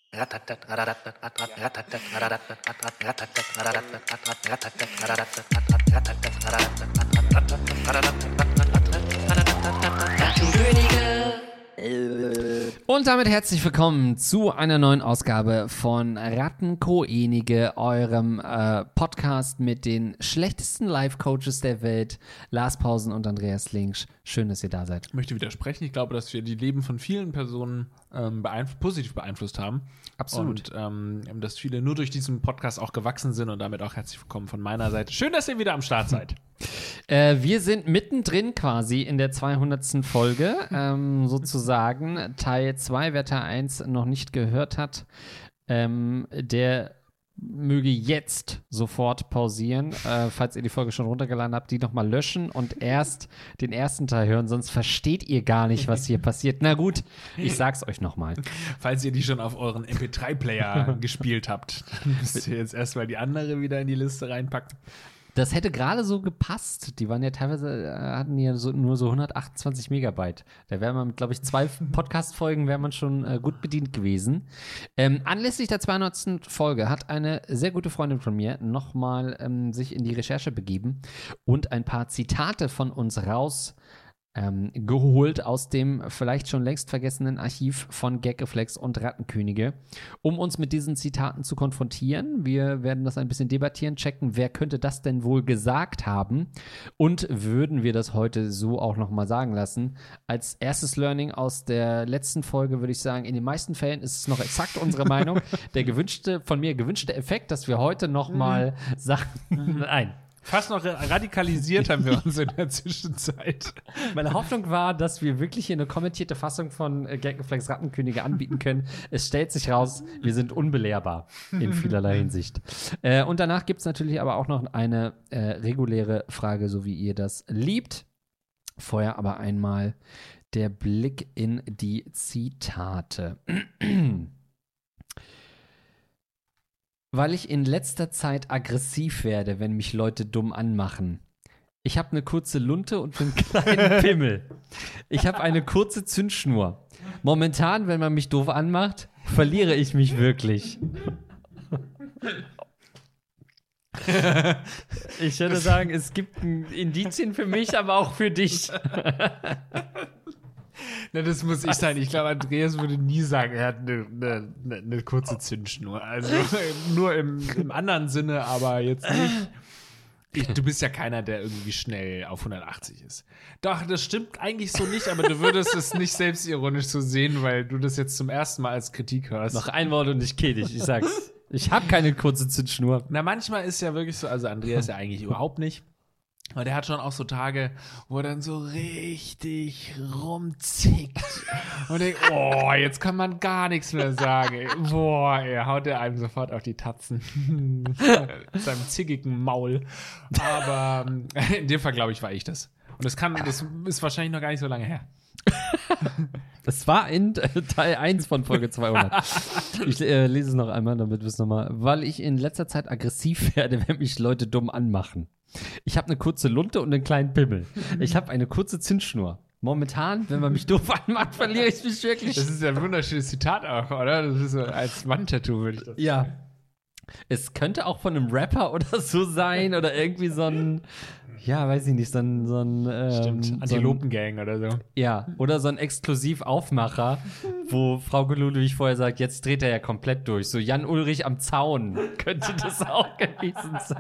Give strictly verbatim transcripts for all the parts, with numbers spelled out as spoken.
Und damit herzlich willkommen zu einer neuen Ausgabe von Rattenkoenige, eurem äh, Podcast mit den schlechtesten Life-Coaches der Welt, Lars Pausen und Andreas Linksch. Schön, dass ihr da seid. Ich möchte widersprechen. Ich glaube, dass wir die Leben von vielen Personen ähm, beeinf- positiv beeinflusst haben. Absolut. Und ähm, dass viele nur durch diesen Podcast auch gewachsen sind und damit auch herzlich willkommen von meiner Seite. Schön, dass ihr wieder am Start seid. Äh, wir sind mittendrin quasi in der zweihundertsten Folge, ähm, sozusagen Teil zwei, wer Teil eins noch nicht gehört hat, ähm, der möge jetzt sofort pausieren, äh, falls ihr die Folge schon runtergeladen habt, die nochmal löschen und erst den ersten Teil hören, sonst versteht ihr gar nicht, was hier passiert. Na gut, ich sag's euch nochmal. Falls ihr die schon auf euren M P drei Player gespielt habt, dann müsst ihr jetzt erstmal die andere wieder in die Liste reinpacken. Das hätte gerade so gepasst. Die waren ja teilweise, äh, hatten ja so, nur so hundertachtundzwanzig Megabyte. Da wäre man mit, glaube ich, zwei Podcast-Folgen wäre man schon äh, gut bedient gewesen. Ähm, anlässlich der zweihundertsten Folge hat eine sehr gute Freundin von mir nochmal ähm, sich in die Recherche begeben und ein paar Zitate von uns raus Ähm, geholt aus dem vielleicht schon längst vergessenen Archiv von Gagreflex und Rattenkönige, um uns mit diesen Zitaten zu konfrontieren. Wir werden das ein bisschen debattieren, checken, wer könnte das denn wohl gesagt haben und würden wir das heute so auch nochmal sagen lassen. Als erstes Learning aus der letzten Folge würde ich sagen, in den meisten Fällen ist es noch exakt unsere Meinung. Der gewünschte, von mir gewünschte Effekt, dass wir heute nochmal mhm. sagen, nein. Fast noch radikalisiert haben wir uns in der Zwischenzeit. Meine Hoffnung war, dass wir wirklich hier eine kommentierte Fassung von äh, Gagreflex Rattenkönige anbieten können. Es stellt sich raus, wir sind unbelehrbar in vielerlei Hinsicht. Äh, und danach gibt es natürlich aber auch noch eine äh, reguläre Frage, so wie ihr das liebt. Vorher aber einmal der Blick in die Zitate. Weil ich in letzter Zeit aggressiv werde, wenn mich Leute dumm anmachen. Ich habe eine kurze Lunte und einen kleinen Pimmel. Ich habe eine kurze Zündschnur. Momentan, wenn man mich doof anmacht, verliere ich mich wirklich. Ich würde sagen, es gibt ein Indizien für mich, aber auch für dich. Na, das muss ich sein. Ich glaube, Andreas würde nie sagen, er hat eine, eine, eine kurze Zündschnur. Also nur im, im anderen Sinne, aber jetzt nicht. Ich, du bist ja keiner, der irgendwie schnell auf hundertachtzig ist. Doch, das stimmt eigentlich so nicht, aber du würdest es nicht selbstironisch so sehen, weil du das jetzt zum ersten Mal als Kritik hörst. Noch ein Wort und ich kill dich, ich sag's. Ich habe keine kurze Zündschnur. Na, manchmal ist ja wirklich so, also Andreas ja eigentlich überhaupt nicht. Aber der hat schon auch so Tage, wo er dann so richtig rumzickt und denkt, oh, jetzt kann man gar nichts mehr sagen. Boah, er haut er einem sofort auf die Tatzen mit seinem zickigen Maul. Aber in dem Fall, glaube ich, war ich das. Und das kann, das ist wahrscheinlich noch gar nicht so lange her. Das war in Teil eins von Folge zweihundert. Ich äh, lese es noch einmal, damit wir es nochmal. Weil ich in letzter Zeit aggressiv werde, wenn mich Leute dumm anmachen. Ich habe eine kurze Lunte und einen kleinen Pimmel. Ich habe eine kurze Zündschnur. Momentan, wenn man mich doof anmacht, verliere ich mich wirklich. Das ist ja ein wunderschönes Zitat auch, oder? Das ist so als Wandtattoo, würde ich das sagen. Ja. Es könnte auch von einem Rapper oder so sein oder irgendwie so ein, ja, weiß ich nicht, so ein, so ein ähm, Stimmt, Antilopengang oder so. Ja, oder so ein Exklusivaufmacher, wo Frau Ludwig vorher sagt, jetzt dreht er ja komplett durch. So Jan Ulrich am Zaun könnte das auch gewesen sein.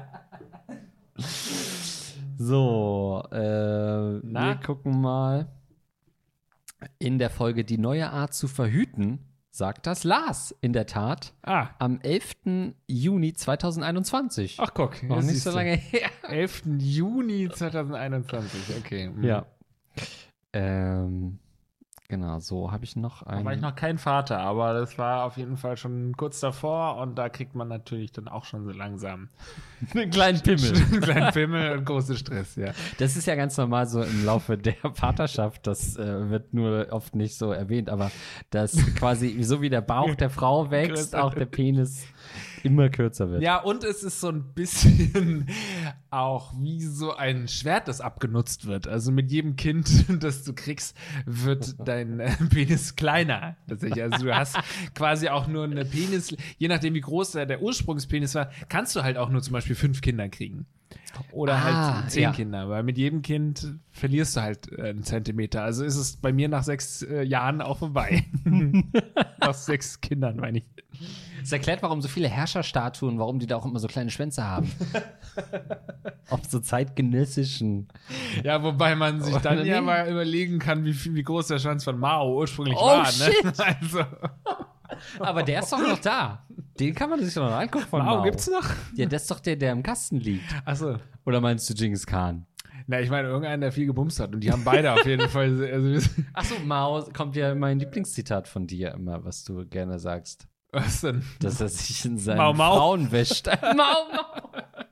So, äh, wir gucken mal. In der Folge Die neue Art zu verhüten sagt das Lars in der Tat ah. am elften Juni zweitausendeinundzwanzig. Ach guck, noch nicht so lange her. elften Juni zweitausendeinundzwanzig, okay. Mhm. Ja. Ähm, genau, so habe ich noch einen. Da war ich noch kein Vater, aber das war auf jeden Fall schon kurz davor und da kriegt man natürlich dann auch schon so langsam einen kleinen Pimmel. einen kleinen Pimmel und großen Stress, ja. Das ist ja ganz normal so im Laufe der Vaterschaft, das äh, wird nur oft nicht so erwähnt, aber das quasi, so wie der Bauch der Frau wächst, auch der Penis immer kürzer wird. Ja, und es ist so ein bisschen auch wie so ein Schwert, das abgenutzt wird. Also mit jedem Kind, das du kriegst, wird dein äh, Penis kleiner. Tatsächlich. Also du hast quasi auch nur eine Penis, je nachdem wie groß der, der Ursprungspenis war, kannst du halt auch nur zum Beispiel fünf Kinder kriegen. Oder Ah, halt zehn ja. Kinder, weil mit jedem Kind verlierst du halt äh, einen Zentimeter. Also ist es bei mir nach sechs äh, Jahren auch vorbei. Nach sechs Kindern, meine ich. Das erklärt, warum so viele Herrscherstatuen, warum die da auch immer so kleine Schwänze haben. Auf so zeitgenössischen. Ja, wobei man sich dann Oder ja nee? mal überlegen kann, wie, viel- wie groß der Schwanz von Mao ursprünglich Oh, war. shit. Ne? Also, Aber der ist doch noch da. Den kann man sich doch noch angucken von Mao Mao. gibt's noch? Ja, das ist doch der, der im Kasten liegt. Achso. Oder meinst du Genghis Khan? Na, ich meine, irgendeinen, der viel gebumst hat. Und die haben beide auf jeden Fall. Also, Achso, Mao kommt ja mein Lieblingszitat von dir immer, was du gerne sagst. was denn? Dass er sich in seinen Mau, Mau. Frauen wäscht. Mau, Mau.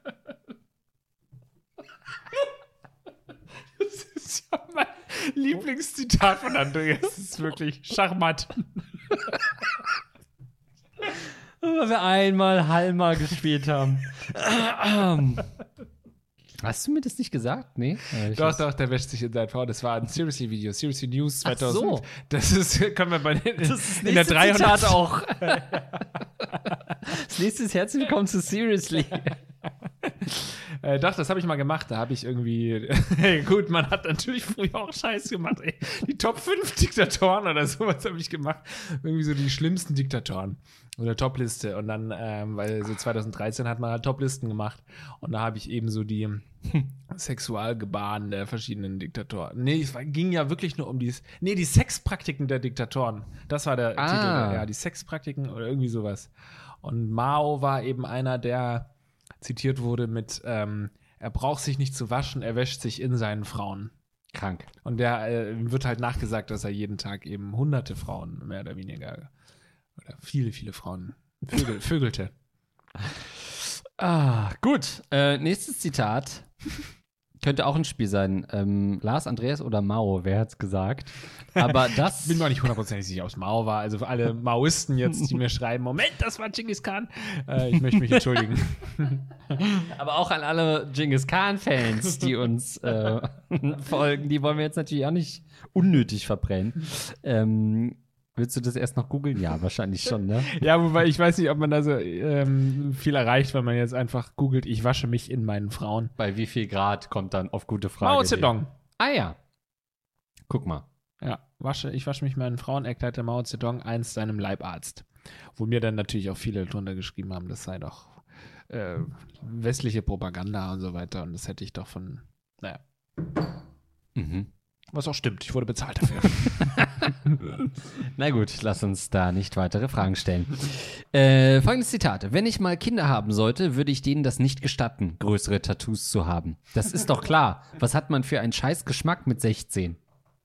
Das ist ja mein Lieblingszitat von Andreas. Das ist wirklich Schachmatt. Weil wir einmal Halma gespielt haben. Hast du mir das nicht gesagt? Nee? Ja, ich Doch, weiß- doch, der wäscht sich in seinen Frauen. Das war ein Seriously-Video. Seriously News Ach so. zweitausend. Das ist, können wir bei den, Das ist in der nächste dreihundert Zitat auch. Das nächste ist herzlich willkommen zu Seriously. Äh, doch, das habe ich mal gemacht. Da habe ich irgendwie. Hey, gut, man hat natürlich früher auch Scheiß gemacht. Ey. Die Top fünf Diktatoren oder sowas habe ich gemacht. Irgendwie so die schlimmsten Diktatoren. Oder Topliste. Und dann, ähm, weil so zwanzig dreizehn hat man halt Toplisten gemacht. Und da habe ich eben so die Sexualgebaren der verschiedenen Diktatoren. Nee, es war, ging ja wirklich nur um die. Nee, die Sexpraktiken der Diktatoren. Das war der Ah. Titel. Ja, die Sexpraktiken oder irgendwie sowas. Und Mao war eben einer, der zitiert wurde mit, ähm, er braucht sich nicht zu waschen, er wäscht sich in seinen Frauen. Krank. Und der äh, ihm wird halt nachgesagt, dass er jeden Tag eben hunderte Frauen, mehr oder weniger, oder viele, viele Frauen vögel, vögelte. Ah, gut. Äh, nächstes Zitat. Könnte auch ein Spiel sein. Ähm, Lars, Andreas oder Mao, wer hat's gesagt? Aber das. Bin mir auch nicht hundertprozentig sicher, ob es Mao war. Also für alle Maoisten jetzt, die mir schreiben, Moment, das war Genghis Khan. Äh, ich möchte mich entschuldigen. Aber auch an alle Genghis Khan-Fans, die uns äh, folgen, die wollen wir jetzt natürlich auch nicht unnötig verbrennen. Ähm, willst du das erst noch googeln? Ja, wahrscheinlich schon, ne? Ja, wobei ich weiß nicht, ob man da so ähm, viel erreicht, wenn man jetzt einfach googelt, ich wasche mich in meinen Frauen. Bei wie viel Grad kommt dann auf gute Frage? Mao Zedong. Ah ja. Guck mal. Ja, wasche, ich wasche mich in meinen Frauen, erklärte Mao Zedong einst seinem Leibarzt. Wo mir dann natürlich auch viele drunter geschrieben haben, das sei doch äh, westliche Propaganda und so weiter. Und das hätte ich doch von, naja, Mhm. was auch stimmt, ich wurde bezahlt dafür. Na gut, lass uns da nicht weitere Fragen stellen. Äh, folgendes Zitat. Wenn ich mal Kinder haben sollte, würde ich denen das nicht gestatten, größere Tattoos zu haben. Das ist doch klar. Was hat man für einen scheiß Geschmack mit sechzehn?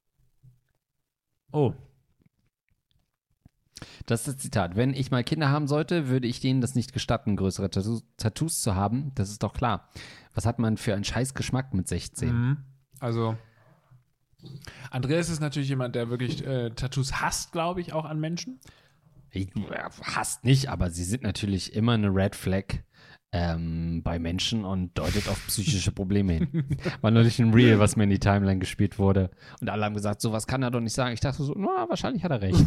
Oh. Das ist das Zitat. Wenn ich mal Kinder haben sollte, würde ich denen das nicht gestatten, größere Tattoos, Tattoos zu haben. Das ist doch klar. Was hat man für einen scheiß Geschmack mit sechzehn? Mhm. Also, Andreas ist natürlich jemand, der wirklich äh, Tattoos hasst, glaube ich, auch an Menschen. Ich, ja, hasst nicht, aber sie sind natürlich immer eine Red Flag ähm, bei Menschen und deutet auf psychische Probleme hin. War neulich ein Reel, was mir in die Timeline gespielt wurde. Und alle haben gesagt, sowas kann er doch nicht sagen. Ich dachte so, na, wahrscheinlich hat er recht.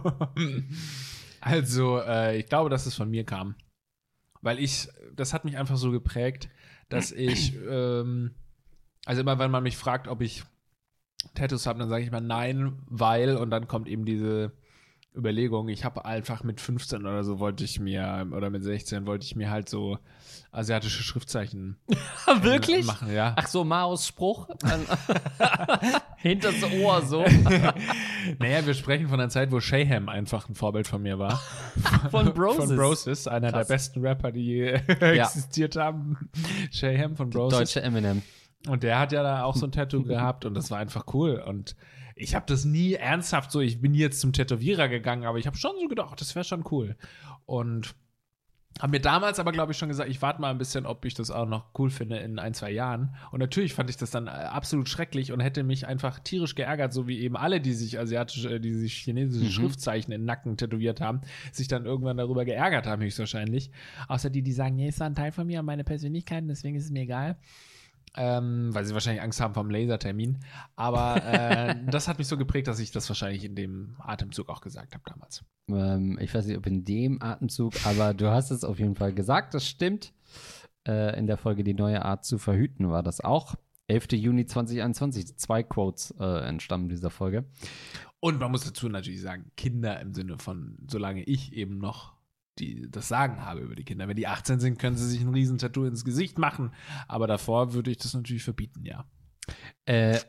Also, äh, ich glaube, dass es von mir kam. Weil ich, das hat mich einfach so geprägt, dass ich, ähm, also immer, wenn man mich fragt, ob ich Tattoos habe, dann sage ich mal nein, weil, und dann kommt eben diese Überlegung, ich habe einfach mit fünfzehn oder so wollte ich mir, oder mit sechzehn wollte ich mir halt so asiatische Schriftzeichen Wirklich? machen, ja. Ach so, Maos Spruch. Hinter das Ohr so. Naja, wir sprechen von einer Zeit, wo Shayham einfach ein Vorbild von mir war. Von Brosis. Von Brosis, einer Krass. der besten Rapper, die existiert haben. Shayham von Brosis. Deutsche Eminem. Und der hat ja da auch so ein Tattoo gehabt und das war einfach cool. Und ich habe das nie ernsthaft so, ich bin jetzt zum Tätowierer gegangen, aber ich habe schon so gedacht, das wäre schon cool. Und Hab mir damals aber, glaube ich, schon gesagt, ich warte mal ein bisschen, ob ich das auch noch cool finde in ein, zwei Jahren. Und natürlich fand ich das dann absolut schrecklich und hätte mich einfach tierisch geärgert, so wie eben alle, die sich asiatische, die sich chinesische Mhm. Schriftzeichen in den Nacken tätowiert haben, sich dann irgendwann darüber geärgert haben, höchstwahrscheinlich. Außer die, die sagen, nee, ist doch ein Teil von mir und meine Persönlichkeit, deswegen ist es mir egal. Ähm, weil sie wahrscheinlich Angst haben vom Lasertermin. Aber äh, das hat mich so geprägt, dass ich das wahrscheinlich in dem Atemzug auch gesagt habe damals. Ähm, ich weiß nicht, ob in dem Atemzug, aber du hast es auf jeden Fall gesagt, das stimmt. Äh, in der Folge Die neue Art zu verhüten war das auch. elfter Juni zweitausendeinundzwanzig, zwei Quotes äh, entstammen dieser Folge. Und man muss dazu natürlich sagen, Kinder im Sinne von, solange ich eben noch die das Sagen habe über die Kinder. Wenn die achtzehn sind, können sie sich ein riesen Tattoo ins Gesicht machen. Aber davor würde ich das natürlich verbieten, ja. Äh.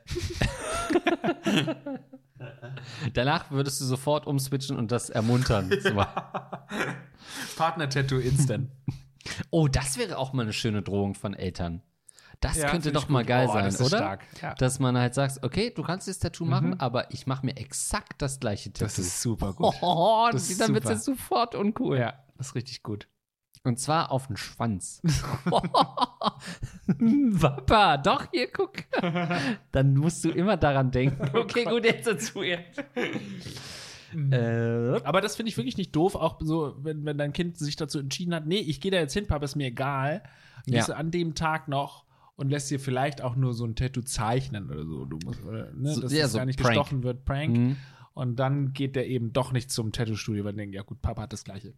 Danach würdest du sofort umswitchen und das ermuntern. Partner-Tattoo instant. Oh, das wäre auch mal eine schöne Drohung von Eltern. Das Ja, könnte find doch ich mal gut. geil Oh, sein, das ist oder? stark. Ja. Dass man halt sagt, okay, du kannst das Tattoo Mhm. machen, aber ich mache mir exakt das gleiche Tattoo. Das ist super gut. Oh, Das ist dann wird super. es sofort uncool. Ja, das ist richtig gut. Und zwar auf den Schwanz. Papa, doch, hier, guck. Dann musst du immer daran denken. Okay, gut, jetzt dazu. Ja. äh, Aber das finde ich wirklich nicht doof, auch so, wenn, wenn dein Kind sich dazu entschieden hat, nee, ich gehe da jetzt hin, Papa, ist mir egal. Dann Ja. gehst du an dem Tag noch und lässt dir vielleicht auch nur so ein Tattoo zeichnen oder so. Du musst, oder, ne, So- dass ja, das so gar nicht Prank. gestochen wird, Prank. Mhm. Und dann geht der eben doch nicht zum Tattoo-Studio, weil er denkt, ja gut, Papa hat das Gleiche.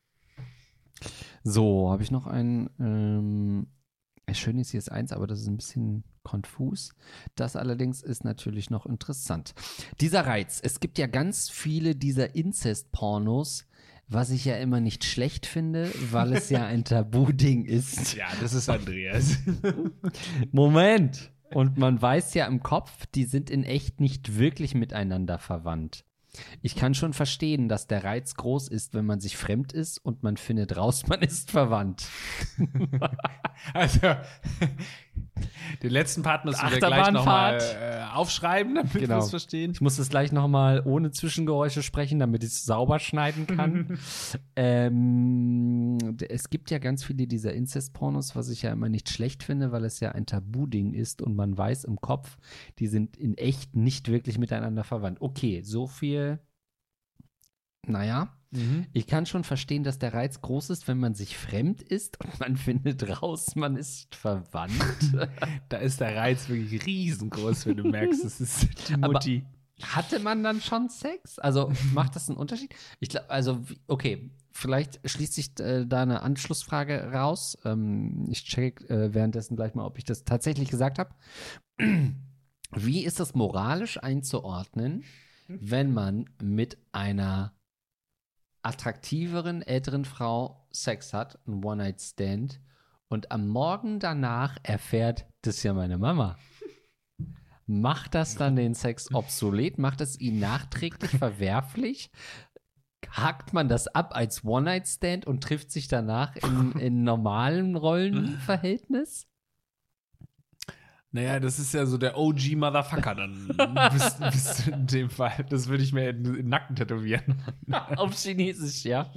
So, habe ich noch einen. Ähm, schön ist hier ist eins, aber das ist ein bisschen konfus. Das allerdings ist natürlich noch interessant. Dieser Reiz. Es gibt ja ganz viele dieser Inzest-Pornos, was ich ja immer nicht schlecht finde, weil es ja ein Tabu-Ding ist. Ja, das ist Andreas. Moment! Und man weiß ja im Kopf, die sind in echt nicht wirklich miteinander verwandt. Ich kann schon verstehen, dass der Reiz groß ist, wenn man sich fremd ist und man findet raus, man ist verwandt. Also, den letzten Part müssen wir gleich nochmal Achterbahnfahrt. äh, aufschreiben, damit Genau. wir es verstehen. Ich muss das gleich nochmal ohne Zwischengeräusche sprechen, damit ich es sauber schneiden kann. ähm, d- es gibt ja ganz viele dieser Inzest-Pornos, was ich ja immer nicht schlecht finde, weil es ja ein Tabu-Ding ist und man weiß im Kopf, die sind in echt nicht wirklich miteinander verwandt. Okay, so viel. Naja, Mhm. ich kann schon verstehen, dass der Reiz groß ist, wenn man sich fremd ist und man findet raus, man ist verwandt. Da ist der Reiz wirklich riesengroß, wenn du merkst, es ist die Aber- Mutti. Hatte man dann schon Sex? Also macht das einen Unterschied? Ich glaube, also wie- okay, vielleicht schließt sich äh, da eine Anschlussfrage raus. Ähm, ich check äh, währenddessen gleich mal, ob ich das tatsächlich gesagt habe. Wie ist das moralisch einzuordnen, wenn man mit einer attraktiveren älteren Frau Sex hat, ein One-Night-Stand, und am Morgen danach erfährt, das ist ja meine Mama? Macht das dann den Sex obsolet? Macht es ihn nachträglich verwerflich? Hakt man das ab als One-Night-Stand und trifft sich danach in, in normalen Rollenverhältnis? Naja, das ist ja so der O G-Motherfucker dann. bist, bist du in dem Fall. Das würde ich mir in, in den Nacken tätowieren. Auf Chinesisch, ja.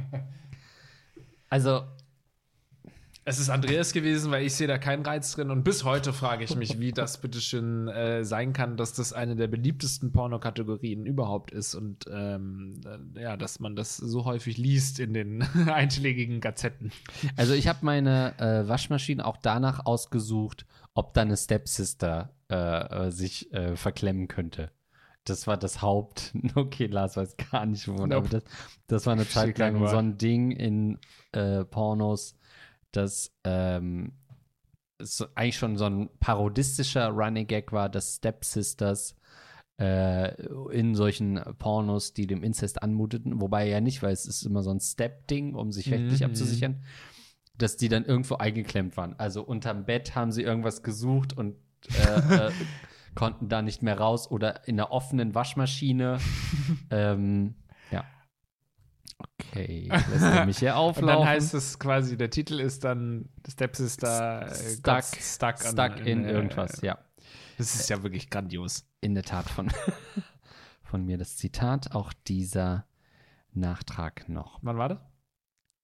Also, Es ist Andreas gewesen, weil ich sehe da keinen Reiz drin. Und bis heute frage ich mich, wie das bitteschön äh, sein kann, dass das eine der beliebtesten Pornokategorien überhaupt ist. Und ähm, äh, ja, dass man das so häufig liest in den einschlägigen Gazetten. also ich habe meine äh, Waschmaschine auch danach ausgesucht, ob da eine Stepsister äh, äh, sich äh, verklemmen könnte. Das war das Haupt. Okay, Lars weiß gar nicht, wovon, Nope. aber das, das war eine Verstehe Zeit kein lang Wort. so ein Ding in äh, Pornos, das ähm, so, eigentlich schon so ein parodistischer Running Gag war, dass Stepsisters äh, in solchen Pornos, die dem Inzest anmuteten, wobei ja nicht, weil es ist immer so ein Step-Ding, um sich rechtlich Mhm. abzusichern, dass die dann irgendwo eingeklemmt waren. Also unterm Bett haben sie irgendwas gesucht und äh, äh, konnten da nicht mehr raus oder in einer offenen Waschmaschine. ähm, ja. Okay, lässt er mich hier Und auflaufen. dann heißt es quasi, der Titel ist dann Stepsister äh, Stuck, got stuck, an- stuck in äh, irgendwas, ja. Das ist ja wirklich grandios. In der Tat von, von mir das Zitat. Auch dieser Nachtrag noch. Wann war das?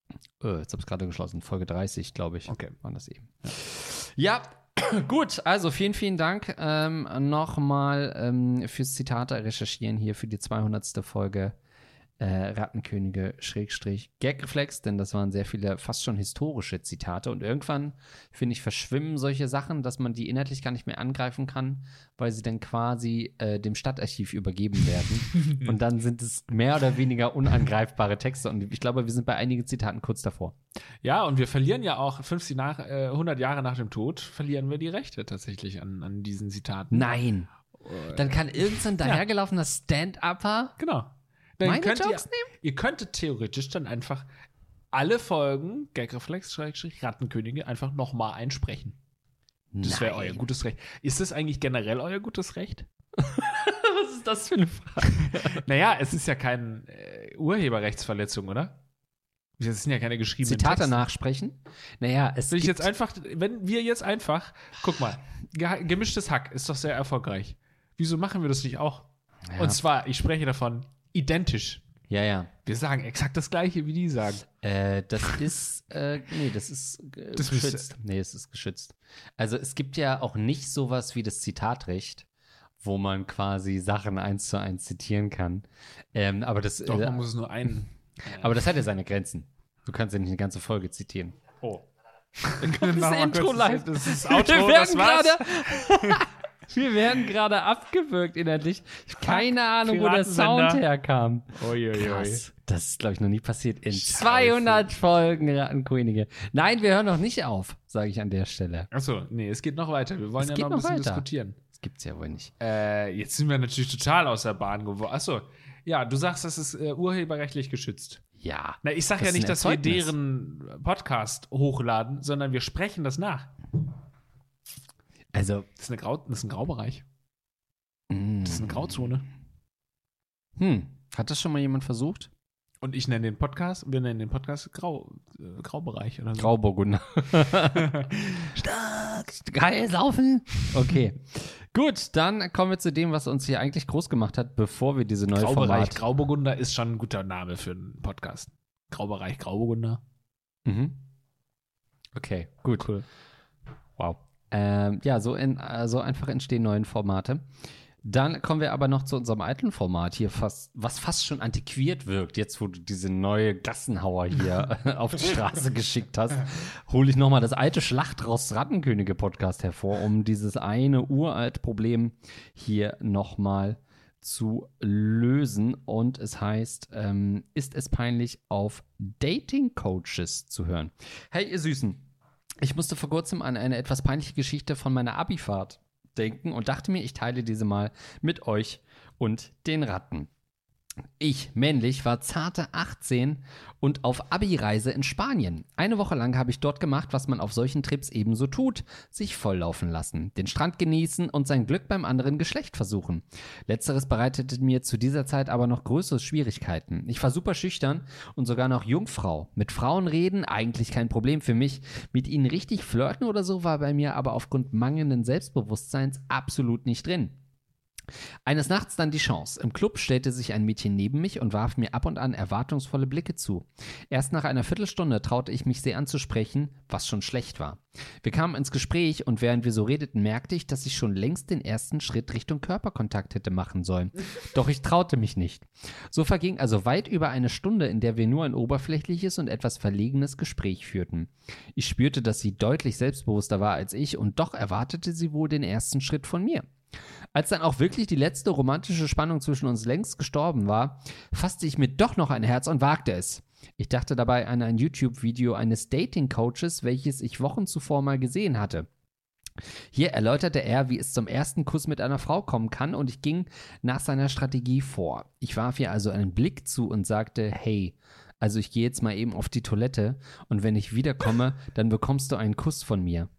Äh, jetzt habe ich gerade geschlossen. Folge dreißig, glaube ich. Okay. War das eben. Ja, ja gut. Also vielen, vielen Dank ähm, nochmal ähm, fürs Zitate recherchieren hier für die zweihundertste Folge äh, Rattenkönige Schrägstrich Gagreflex, denn das waren sehr viele fast schon historische Zitate und irgendwann, finde ich, verschwimmen solche Sachen, dass man die inhaltlich gar nicht mehr angreifen kann, weil sie dann quasi äh, dem Stadtarchiv übergeben werden und dann sind es mehr oder weniger unangreifbare Texte und ich glaube, wir sind bei einigen Zitaten kurz davor. Ja, und wir verlieren ja auch fünfzig nach, äh, hundert Jahre nach dem Tod, verlieren wir die Rechte tatsächlich an, an diesen Zitaten. Nein. Dann kann irgend so ein dahergelaufener Stand-Upper Genau. Dann meine könnt Jokes ihr, nehmen? ihr könntet theoretisch dann einfach alle Folgen Gagreflex, Rattenkönige einfach nochmal einsprechen. Das wäre euer gutes Recht. Ist das eigentlich generell euer gutes Recht? Was ist das für eine Frage? Naja, es ist ja keine äh, Urheberrechtsverletzung, oder? Das sind ja keine geschriebenen Zitate Texte. nachsprechen? Naja, es Wenn ich gibt jetzt einfach, wenn wir jetzt einfach, guck mal, ge gemischtes Hack ist doch sehr erfolgreich. Wieso machen wir das nicht auch? Ja. Und zwar, ich spreche davon, identisch. Ja, ja. Wir sagen exakt das Gleiche, wie die sagen. Äh, das ist, äh, nee, das ist äh, Das geschützt. müsste- Nee, es ist geschützt. Also es gibt ja auch nicht sowas wie das Zitatrecht, wo man quasi Sachen eins zu eins zitieren kann. Ähm, aber das, Doch, äh, man muss es nur ein. aber das hat ja seine Grenzen. Du kannst ja nicht eine ganze Folge zitieren. Oh. Das Intro live. Das ist das Wir Outro, das werden war's. gerade, wir werden gerade abgewürgt innerlich. Ich hab keine Ahnung, wo der Piratensender. Sound herkam. Uiuiui. Krass. Das ist, glaube ich, noch nie passiert in Scheiße. zweihundert Folgen Rattenkönige. Nein, wir hören noch nicht auf, sage ich an der Stelle. Achso, nee, es geht noch weiter. Wir wollen Es ja geht noch ein noch bisschen weiter. diskutieren. Das gibt's ja wohl nicht. Äh, jetzt sind wir natürlich total aus der Bahn geworden. Achso, ja, du sagst, das ist äh, urheberrechtlich geschützt. Ja. Na, ich sag Das ja ist nicht, ein dass wir Erzeugnis. deren Podcast hochladen, sondern wir sprechen das nach. Also, Das ist, eine Grau, das ist ein Graubereich. mh. Das ist eine Grauzone. Hm. Hat das schon mal jemand versucht? Und ich nenne den Podcast, wir nennen den Podcast Grau, äh, Graubereich oder so. Grauburgunder. Stark. Geil saufen. Okay. Gut, dann kommen wir zu dem, was uns hier eigentlich groß gemacht hat, bevor wir diese neue Graubereich. Format... Grauburgunder ist schon ein guter Name für einen Podcast. Graubereich, Grauburgunder. Mhm. Okay, gut. Cool. Wow. Ähm, ja, so, in, äh, so einfach entstehen neue Formate. Dann kommen wir aber noch zu unserem alten Format hier, fast, was fast schon antiquiert wirkt. Jetzt, wo du diese neue Gassenhauer hier auf die Straße geschickt hast, hole ich nochmal das alte Schlachtraus Rattenkönige Podcast hervor, um dieses eine uralte Problem hier nochmal zu lösen. Und es heißt, ähm, ist es peinlich, auf Dating-Coaches zu hören? Hey, ihr Süßen. Ich musste vor kurzem an eine etwas peinliche Geschichte von meiner Abifahrt denken und dachte mir, ich teile diese mal mit euch und den Ratten. Ich, männlich, war zarte achtzehn und auf Abi-Reise in Spanien. Eine Woche lang habe ich dort gemacht, was man auf solchen Trips ebenso tut, sich volllaufen lassen, den Strand genießen und sein Glück beim anderen Geschlecht versuchen. Letzteres bereitete mir zu dieser Zeit aber noch größere Schwierigkeiten. Ich war super schüchtern und sogar noch Jungfrau. Mit Frauen reden, eigentlich kein Problem für mich. Mit ihnen richtig flirten oder so war bei mir aber aufgrund mangelnden Selbstbewusstseins absolut nicht drin. Eines Nachts dann die Chance. Im Club stellte sich ein Mädchen neben mich und warf mir ab und an erwartungsvolle Blicke zu. Erst nach einer Viertelstunde traute ich mich, sie anzusprechen, was schon schlecht war. Wir kamen ins Gespräch und während wir so redeten, merkte ich, dass ich schon längst den ersten Schritt Richtung Körperkontakt hätte machen sollen. Doch ich traute mich nicht. So verging also weit über eine Stunde, in der wir nur ein oberflächliches und etwas verlegenes Gespräch führten. Ich spürte, dass sie deutlich selbstbewusster war als ich und doch erwartete sie wohl den ersten Schritt von mir. Als dann auch wirklich die letzte romantische Spannung zwischen uns längst gestorben war, fasste ich mir doch noch ein Herz und wagte es. Ich dachte dabei an ein YouTube-Video eines Dating-Coaches, welches ich Wochen zuvor mal gesehen hatte. Hier erläuterte er, wie es zum ersten Kuss mit einer Frau kommen kann und ich ging nach seiner Strategie vor. Ich warf ihr also einen Blick zu und sagte, hey, also ich gehe jetzt mal eben auf die Toilette und wenn ich wiederkomme, dann bekommst du einen Kuss von mir.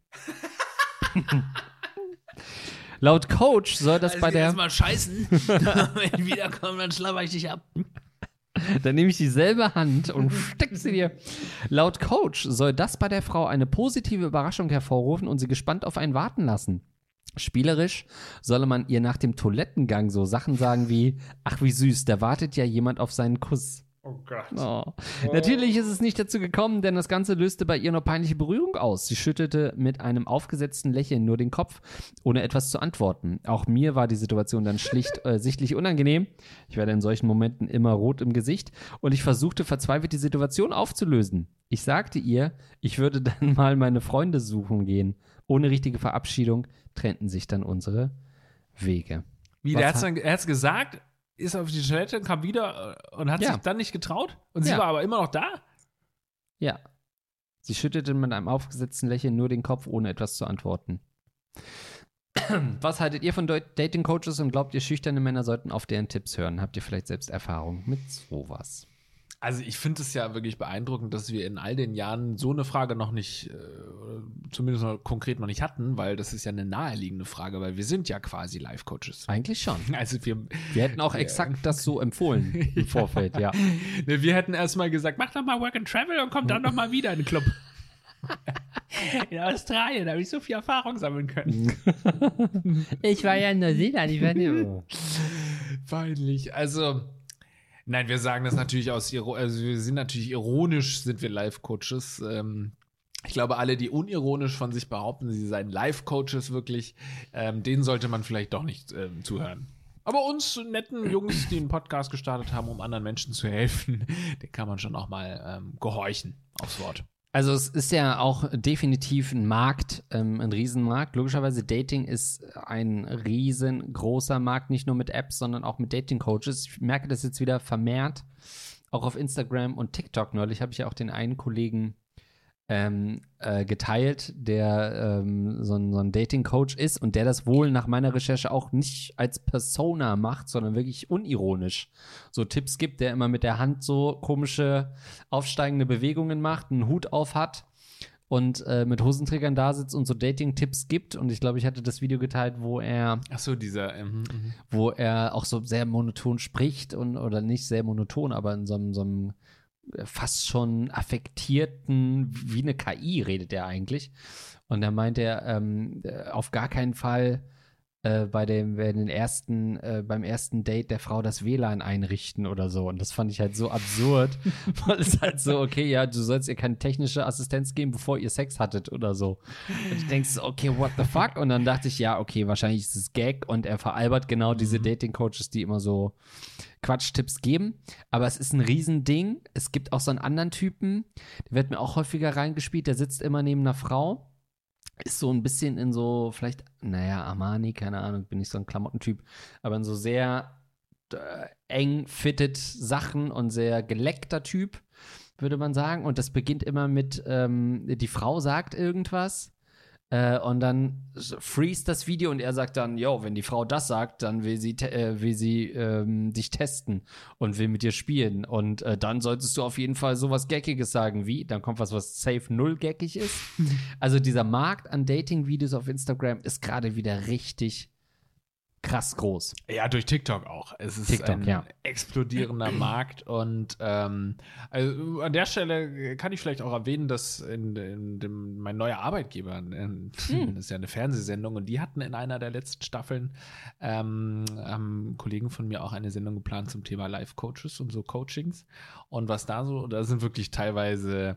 Laut Coach soll das Also bei der... Jetzt mal scheißen. Wenn ich wiederkomme, dann schlapper ich dich ab. Dann nehme ich dieselbe Hand und steck sie dir. Laut Coach soll das bei der Frau eine positive Überraschung hervorrufen und sie gespannt auf einen warten lassen. Spielerisch solle man ihr nach dem Toilettengang so Sachen sagen wie, ach wie süß, da wartet ja jemand auf seinen Kuss. Oh Gott. Oh. Natürlich ist es nicht dazu gekommen, denn das Ganze löste bei ihr nur peinliche Berührung aus. Sie schüttelte mit einem aufgesetzten Lächeln nur den Kopf, ohne etwas zu antworten. Auch mir war die Situation dann schlicht äh, sichtlich unangenehm. Ich werde in solchen Momenten immer rot im Gesicht und ich versuchte verzweifelt, die Situation aufzulösen. Ich sagte ihr, ich würde dann mal meine Freunde suchen gehen. Ohne richtige Verabschiedung trennten sich dann unsere Wege. Wie, Was der hat's hat- dann, er hat's gesagt, ist auf die Toilette, kam wieder und hat Ja. sich dann nicht getraut? Und sie Ja. war aber immer noch da? Ja. Sie schüttelte mit einem aufgesetzten Lächeln nur den Kopf, ohne etwas zu antworten. Was haltet ihr von Dating-Coaches und glaubt ihr, schüchterne Männer sollten auf deren Tipps hören? Habt ihr vielleicht selbst Erfahrung mit sowas? Also ich finde es ja wirklich beeindruckend, dass wir in all den Jahren so eine Frage noch nicht, äh, zumindest noch konkret noch nicht hatten, weil das ist ja eine naheliegende Frage, weil wir sind ja quasi Life-Coaches. Eigentlich schon. Also wir, Wir hätten auch exakt das so empfohlen im Vorfeld, ja. ne, wir hätten erstmal gesagt, mach doch mal Work and Travel und komm dann noch mal wieder in den Club. In Australien, da habe ich so viel Erfahrung sammeln können. Ich war ja in Neuseeland, ich war nicht. Peinlich. Also, nein, wir sagen das natürlich aus, Iro- also wir sind natürlich ironisch, sind wir Life-Coaches. Ähm, ich glaube, alle, die unironisch von sich behaupten, sie seien Life-Coaches wirklich, ähm, denen sollte man vielleicht doch nicht ähm, zuhören. Aber uns netten Jungs, die einen Podcast gestartet haben, um anderen Menschen zu helfen, den kann man schon auch mal ähm, gehorchen aufs Wort. Also es ist ja auch definitiv ein Markt, ähm, ein Riesenmarkt. Logischerweise Dating ist ein riesengroßer Markt, nicht nur mit Apps, sondern auch mit Dating-Coaches. Ich merke das jetzt wieder vermehrt, auch auf Instagram und TikTok. Neulich habe ich ja auch den einen Kollegen ähm, äh, geteilt, der ähm, so ein, so ein Dating-Coach ist und der das wohl nach meiner Recherche auch nicht als Persona macht, sondern wirklich unironisch so Tipps gibt, der immer mit der Hand so komische aufsteigende Bewegungen macht, einen Hut auf hat und äh, mit Hosenträgern da sitzt und so Dating-Tipps gibt. Und ich glaube, ich hatte das Video geteilt, wo er, Ach so, dieser, ähm, mhm. wo er auch so sehr monoton spricht und oder nicht sehr monoton, aber in so einem, so einem fast schon affektierten, wie eine K I redet er eigentlich. Und da meint er, ähm, auf gar keinen Fall äh, bei dem, bei den ersten, äh, beim ersten Date der Frau das W L A N einrichten oder so. Und das fand ich halt so absurd, weil es halt so, okay, ja, du sollst ihr keine technische Assistenz geben, bevor ihr Sex hattet oder so. Und du denkst, so, okay, what the fuck? Und dann dachte ich, ja, okay, wahrscheinlich ist es Gag und er veralbert genau diese Dating-Coaches, die immer so Quatsch-Tipps geben, aber es ist ein Riesending. Es gibt auch so einen anderen Typen, der wird mir auch häufiger reingespielt, der sitzt immer neben einer Frau, ist so ein bisschen in so, vielleicht, naja, Armani, keine Ahnung, bin nicht so ein Klamottentyp, aber in so sehr äh, eng fitted Sachen und sehr geleckter Typ, würde man sagen. Und das beginnt immer mit, ähm, die Frau sagt irgendwas, Äh, und dann freeze das Video und er sagt dann, yo, wenn die Frau das sagt, dann will sie, te- äh, will sie ähm, dich testen und will mit dir spielen. Und äh, dann solltest du auf jeden Fall sowas Geckiges sagen wie, dann kommt was, was safe null geckig ist. Also dieser Markt an Dating-Videos auf Instagram ist gerade wieder richtig krass groß. Ja, durch TikTok auch. Es ist TikTok, ein ja. explodierender Markt und ähm, also an der Stelle kann ich vielleicht auch erwähnen, dass in, in dem, mein neuer Arbeitgeber, in, Hm. das ist ja eine Fernsehsendung und die hatten in einer der letzten Staffeln ähm, haben Kollegen von mir auch eine Sendung geplant zum Thema Life-Coaches und so Coachings und was da so, da sind wirklich teilweise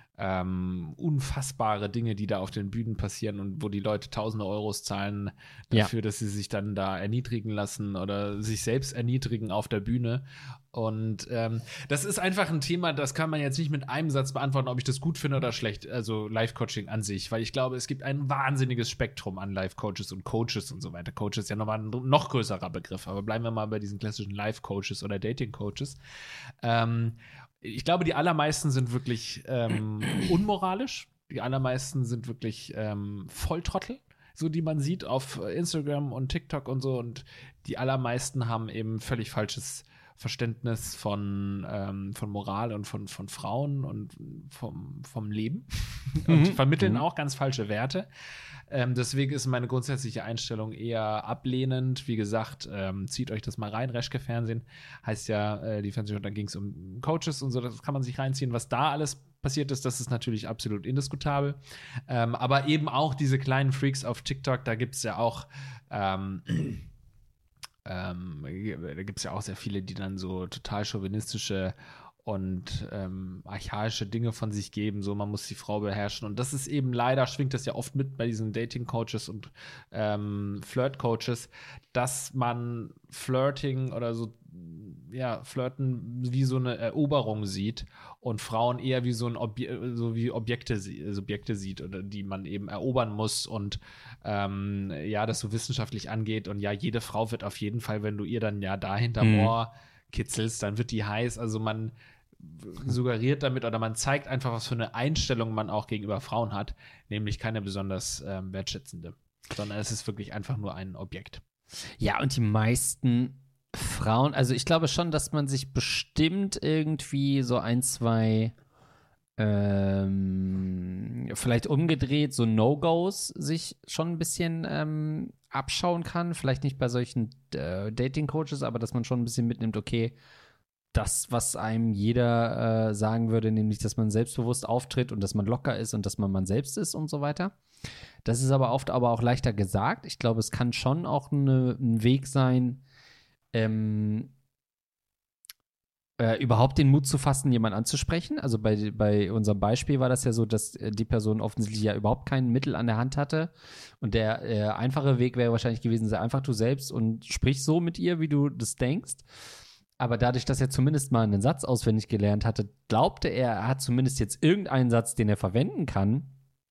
Ähm, unfassbare Dinge, die da auf den Bühnen passieren und wo die Leute tausende Euros zahlen dafür, Ja. dass sie sich dann da erniedrigen lassen oder sich selbst erniedrigen auf der Bühne. Und ähm, das ist einfach ein Thema, das kann man jetzt nicht mit einem Satz beantworten, ob ich das gut finde oder schlecht, also Life-Coaching an sich, weil ich glaube, es gibt ein wahnsinniges Spektrum an Life-Coaches und Coaches und so weiter. Coaches ist ja nochmal ein noch größerer Begriff, aber bleiben wir mal bei diesen klassischen Life-Coaches oder Dating-Coaches. Ähm, Ich glaube, die allermeisten sind wirklich ähm, unmoralisch. Die allermeisten sind wirklich ähm, Volltrottel, so die man sieht auf Instagram und TikTok und so. Und die allermeisten haben eben völlig falsches Verständnis von, ähm, von Moral und von, von Frauen und vom, vom Leben. Und die vermitteln Mhm. auch ganz falsche Werte. Ähm, deswegen ist meine grundsätzliche Einstellung eher ablehnend. Wie gesagt, ähm, zieht euch das mal rein. Reschke Fernsehen heißt ja, äh, die Fernsehshow, dann ging es um Coaches und so, das kann man sich reinziehen. Was da alles passiert ist, das ist natürlich absolut indiskutabel. Ähm, aber eben auch diese kleinen Freaks auf TikTok, da gibt es ja auch ähm, ähm, da gibt es ja auch sehr viele, die dann so total chauvinistische und ähm, archaische Dinge von sich geben, so man muss die Frau beherrschen. Und das ist eben leider, schwingt das ja oft mit bei diesen Dating-Coaches und ähm, Flirt-Coaches, dass man Flirting oder so, ja, Flirten wie so eine Eroberung sieht und Frauen eher wie so ein Obje- so wie Objekte, Subjekte sieht, oder die man eben erobern muss und ähm, ja, das so wissenschaftlich angeht. Und ja, jede Frau wird auf jeden Fall, wenn du ihr dann ja da hinterm Mhm. Ohr kitzelst, dann wird die heiß. Also man suggeriert damit oder man zeigt einfach, was für eine Einstellung man auch gegenüber Frauen hat, nämlich keine besonders ähm, wertschätzende, sondern es ist wirklich einfach nur ein Objekt. Ja, und die meisten Frauen, also ich glaube schon, dass man sich bestimmt irgendwie so ein, zwei ähm, vielleicht umgedreht so No-Gos sich schon ein bisschen ähm, abschauen kann. Vielleicht nicht bei solchen äh, Dating-Coaches, aber dass man schon ein bisschen mitnimmt, okay, das, was einem jeder äh, sagen würde, nämlich, dass man selbstbewusst auftritt und dass man locker ist und dass man man selbst ist und so weiter. Das ist aber oft aber auch leichter gesagt. Ich glaube, es kann schon auch eine, ein Weg sein, ähm, äh, überhaupt den Mut zu fassen, jemanden anzusprechen. Also bei, bei unserem Beispiel war das ja so, dass äh, die Person offensichtlich ja überhaupt kein Mittel an der Hand hatte. Und der äh, einfache Weg wäre wahrscheinlich gewesen, sei einfach du selbst und sprich so mit ihr, wie du das denkst. Aber dadurch, dass er zumindest mal einen Satz auswendig gelernt hatte, glaubte er, er hat zumindest jetzt irgendeinen Satz, den er verwenden kann.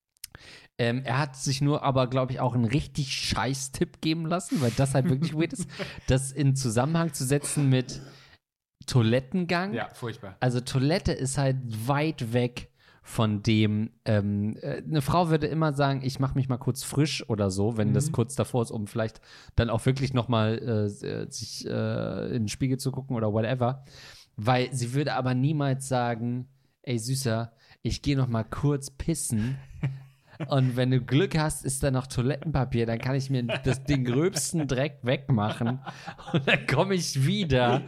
Ähm, er hat sich nur aber, glaube ich, auch einen richtig scheiß Tipp geben lassen, weil das halt wirklich weird ist, das in Zusammenhang zu setzen mit Toilettengang. Ja, furchtbar. Also Toilette ist halt weit weg von dem, ähm, äh, eine Frau würde immer sagen, ich mache mich mal kurz frisch oder so, wenn Mhm. das kurz davor ist, um vielleicht dann auch wirklich noch mal äh, sich äh, in den Spiegel zu gucken oder whatever. Weil sie würde aber niemals sagen, ey Süßer, ich gehe noch mal kurz pissen und wenn du Glück hast, ist da noch Toilettenpapier, dann kann ich mir das, den gröbsten Dreck wegmachen und dann komme ich wieder.